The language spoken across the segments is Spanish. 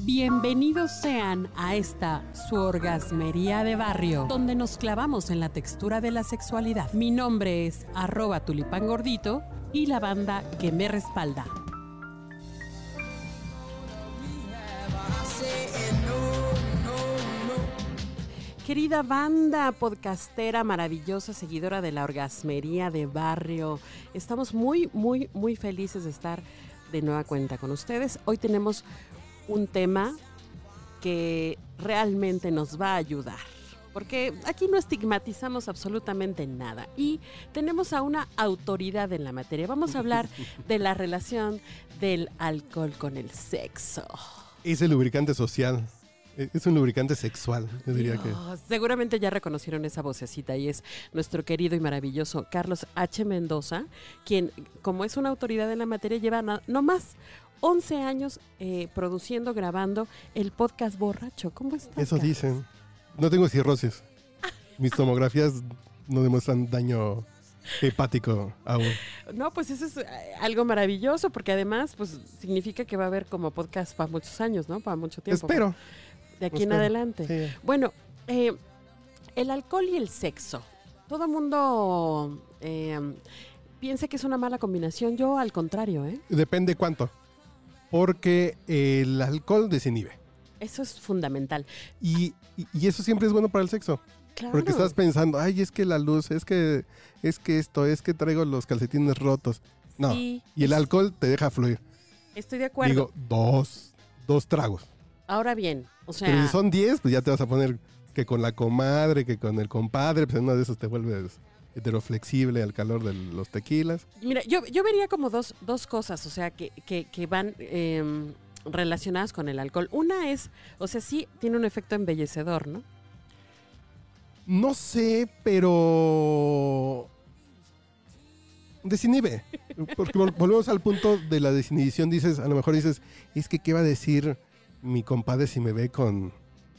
Bienvenidos sean a esta su orgasmería de barrio, donde nos clavamos en la textura de la sexualidad. Mi nombre es @tulipangordito y la banda que me respalda. Querida banda podcastera maravillosa, seguidora de la orgasmería de barrio, estamos muy felices de estar de nueva cuenta con ustedes. Hoy tenemos un tema que realmente nos va a ayudar, porque aquí no estigmatizamos absolutamente nada y tenemos a una autoridad en la materia. Vamos a hablar de la relación del alcohol con el sexo. Es el lubricante social. Es un lubricante sexual, yo diría que. Seguramente ya reconocieron esa vocecita y es nuestro querido y maravilloso Carlos H. Mendoza, quien, como es una autoridad en la materia, lleva no más 11 años produciendo, grabando el podcast Borracho. ¿Cómo estás, Eso Carlos? dicen. No tengo cirrosis. Mis tomografías no demuestran daño hepático aún. No, pues eso es algo maravilloso, porque además pues significa que va a haber como podcast para muchos años, ¿no? Para mucho tiempo. Espero. De aquí en adelante. Sí. Bueno, el alcohol y el sexo. Todo el mundo piensa que es una mala combinación. Yo al contrario, ¿eh? Depende cuánto. Porque el alcohol desinhibe. Eso es fundamental. Y eso siempre es bueno para el sexo. Claro. Porque estás pensando, ay, es que la luz, es que esto, es que traigo los calcetines rotos. No. Sí. Y el alcohol te deja fluir. Estoy de acuerdo. Digo, dos tragos. Ahora bien, o sea... Pero si son 10, pues ya te vas a poner que con la comadre, que con el compadre, pues en uno de esos te vuelves heteroflexible al calor de los tequilas. Mira, yo vería como dos cosas, o sea, que van relacionadas con el alcohol. Una es, o sea, sí tiene un efecto embellecedor, ¿no? No sé, pero desinhibe. Porque volvemos al punto de la desinhibición. Dices, a lo mejor dices, es que ¿qué va a decir mi compadre si me ve con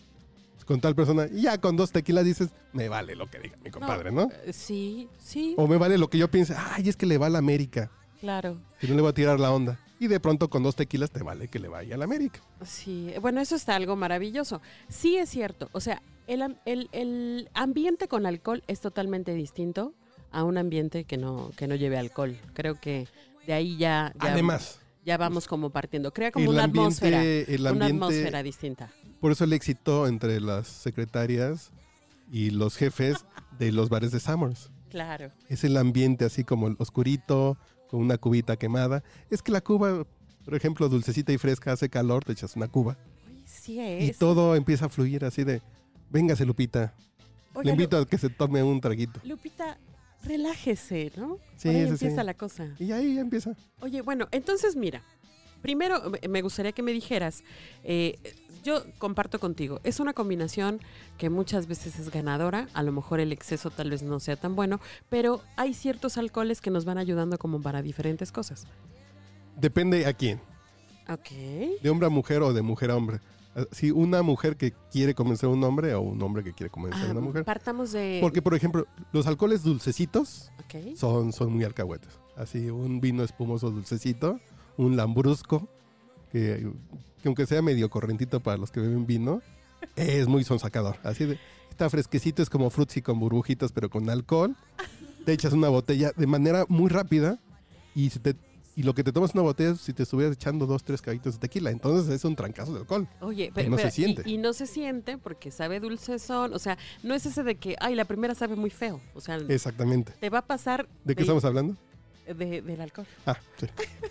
tal persona? Y ya con 2 tequilas dices, me vale lo que diga mi compadre, ¿no? Sí. O me vale lo que yo piense, ay, es que le va a la América. Claro. Que no le va a tirar la onda. Y de pronto con 2 tequilas te vale que le vaya a la América. Sí, bueno, eso está algo maravilloso. Sí es cierto, o sea, el ambiente con alcohol es totalmente distinto a un ambiente que no lleve alcohol. Creo que de ahí ya Además, ya vamos como partiendo. Crea como el una ambiente- atmósfera distinta. por eso el éxito entre las secretarias y los jefes de los bares de Summers. Claro. Es el ambiente así como el oscurito, con una cubita quemada. Es que la cuba, por ejemplo, dulcecita y fresca, hace calor, te echas una cuba. Uy, sí Y es. todo empieza a fluir así de, véngase Lupita, Oiga, le invito a que se tome un traguito. Lupita, relájese, ¿no? Sí, Por ahí sí, empieza sí. la cosa. Y ahí ya empieza. Oye, bueno, entonces mira, primero me gustaría que me dijeras, yo comparto contigo, es una combinación que muchas veces es ganadora, a lo mejor el exceso tal vez no sea tan bueno, pero hay ciertos alcoholes que nos van ayudando como para diferentes cosas. Depende a quién, Ok. de hombre a mujer o de mujer a hombre. Si una mujer que quiere convencer a un hombre o un hombre que quiere convencer a una mujer. Partamos de... Porque, por ejemplo, los alcoholes dulcecitos Ok. son muy alcahuetes. Así, un vino espumoso dulcecito, un lambrusco, que aunque sea medio correntito para los que beben vino, es muy sonsacador. Así de, está fresquecito, es como frutzi con burbujitas, pero con alcohol. Te echas una botella de manera muy rápida y lo que te tomas una botella es si te estuvieras echando 2, 3 cabitos de tequila. Entonces es un trancazo de alcohol. Oye, que no se siente. Y no se siente porque sabe dulcezón, o sea, no es ese de que, ay, la primera sabe muy feo, o sea, Exactamente. te va a pasar... ¿De qué estamos hablando? Del alcohol. Ah, sí.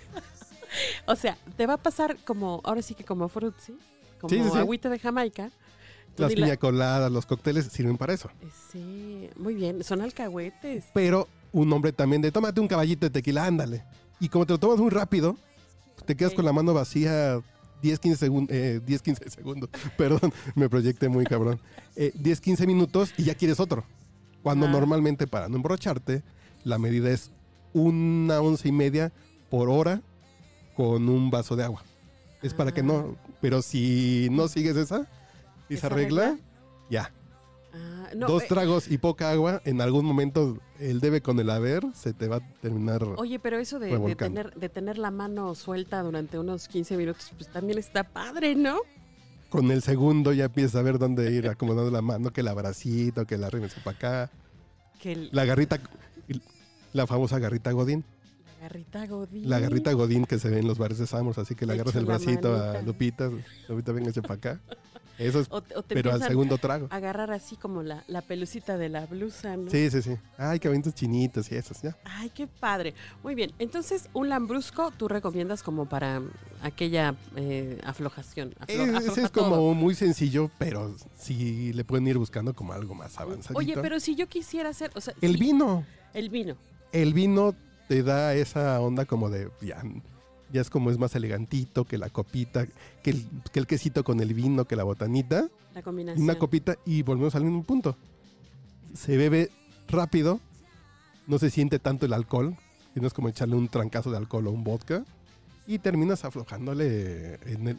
O sea, te va a pasar como, ahora sí que como frutzi, como Sí, sí, sí. agüita de Jamaica. Tú Las ni la- piña coladas, los cócteles sirven para eso. Sí, muy bien, son alcahuetes. Pero un hombre también de tómate un caballito de tequila, ándale. Y como te lo tomas muy rápido, te quedas Ok. con la mano vacía 10-15 segundos. Perdón, me proyecté muy cabrón. 10-15 minutos y ya quieres otro. Cuando normalmente para no emborracharte, la medida es 1,5 onzas por hora con un vaso de agua. Es para que no... Pero si no sigues esa ¿Esa regla, regla? ya. No, 2 tragos y poca agua, en algún momento el debe con el haber se te va a terminar. Oye, pero eso de revolcando. tener la mano suelta durante unos 15 minutos, pues también está padre, ¿no? con el segundo ya empiezas a ver dónde ir acomodando la mano, que el abracito, que la rímese para acá. La garrita, la famosa garrita Godín. Garrita Godín. La garrita Godín que se ve en los bares de Samos, así que le agarras el bracito manita a Lupita, véngase para acá. Eso es, o te pero al segundo trago. Agarrar así como la pelucita de la blusa, ¿no? Sí. Ay, qué bonitos chinitos y esos, ya. Ay, qué padre. Muy bien, entonces un lambrusco tú recomiendas como para aquella aflojación. Ese es como todo. muy sencillo, pero sí le pueden ir buscando como algo más avanzadito. Oye, pero si yo quisiera hacer, o sea, El vino. El vino. El vino te da esa onda como de, ya es como es más elegantito que la copita, que el quesito con el vino, que la botanita. La combinación. Una copita y volvemos al mismo punto. Se bebe rápido, no se siente tanto el alcohol, no es como echarle un trancazo de alcohol o un vodka, y terminas aflojándole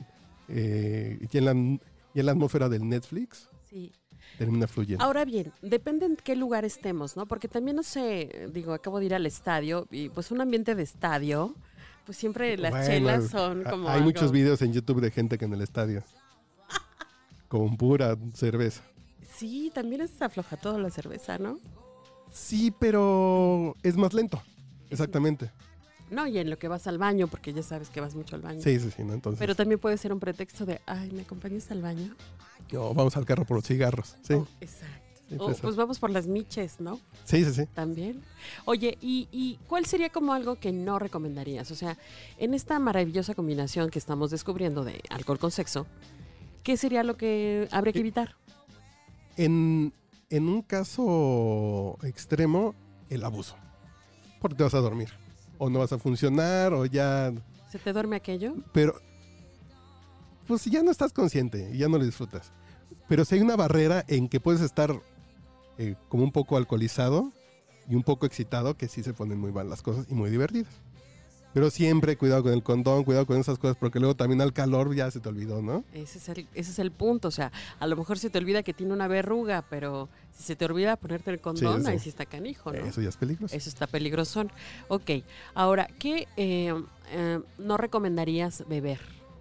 y en la atmósfera del Netflix. Sí. Termina fluyendo. Ahora bien, depende en qué lugar estemos, ¿no? Porque también, no sé, digo, acabo de ir al estadio y pues un ambiente de estadio, pues siempre las chelas son como hay algo... muchos videos en YouTube de gente que en el estadio con pura cerveza. Sí, también es afloja todo la cerveza, ¿no? Sí, pero es más lento. Exactamente. No, y en lo que vas al baño, porque ya sabes que vas mucho al baño. Sí, ¿no? Entonces, pero también puede ser un pretexto de, ay, ¿me acompañas al baño? no, vamos al carro por los cigarros, sí. Oh, exacto. Sí, pues vamos por las miches, ¿no? Sí. También. Oye, ¿y cuál sería como algo que no recomendarías? O sea, en esta maravillosa combinación que estamos descubriendo de alcohol con sexo, ¿qué sería lo que habría que evitar? En un caso extremo, el abuso. Porque te vas a dormir. O no vas a funcionar, o ya... ¿Se te duerme aquello? Pero, pues ya no estás consciente y ya no lo disfrutas. Pero si hay una barrera en que puedes estar como un poco alcoholizado y un poco excitado, que sí se ponen muy mal las cosas y muy divertidas. Pero siempre cuidado con el condón, cuidado con esas cosas, porque luego también al calor ya se te olvidó, ¿no? Ese es el punto. O sea, a lo mejor se te olvida que tiene una verruga, pero si se te olvida ponerte el condón, Sí. ahí sí está canijo, ¿no? Eso ya es peligroso. Eso está peligrosón. Ok, ahora, ¿qué no recomendarías beber?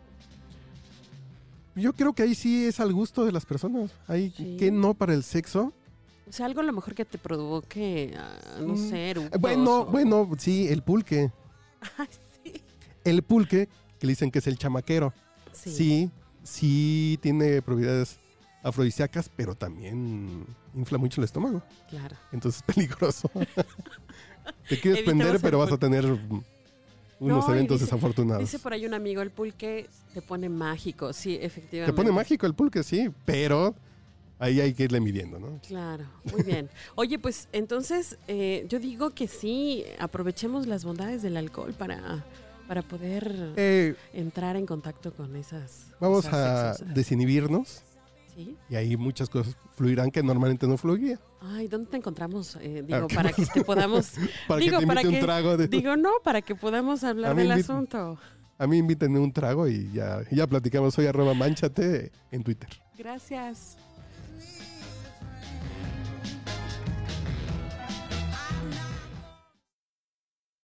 Yo creo que ahí sí es al gusto de las personas. Ahí Sí. que no para el sexo. O sea, algo a lo mejor que te provoque, no sé, eructos Bueno, sí, el pulque. Ay, sí. El pulque, que le dicen que es el chamaquero. Sí tiene propiedades afrodisíacas, pero también infla mucho el estómago. Claro. Entonces es peligroso. Te quieres Evitemos prender, el pero vas a pulque. tener unos No, y eventos dice- desafortunados. Dice por ahí un amigo, el pulque te pone mágico. Sí, efectivamente. Te pone mágico el pulque, sí, pero ahí hay que irle midiendo, ¿no? Claro, muy bien. Oye, pues entonces yo digo que sí, aprovechemos las bondades del alcohol para poder entrar en contacto con esas Vamos cosas a sexosas. desinhibirnos ¿Sí? y ahí muchas cosas fluirán que normalmente no fluirían. Ay, ¿dónde te encontramos? Digo, ¿qué para que te podamos... Para digo, que te para invite que- un trago. Digo, no, para que podamos hablar A mí del invita- asunto. A mí invítenme un trago y ya platicamos. Soy @manchate en Twitter. Gracias.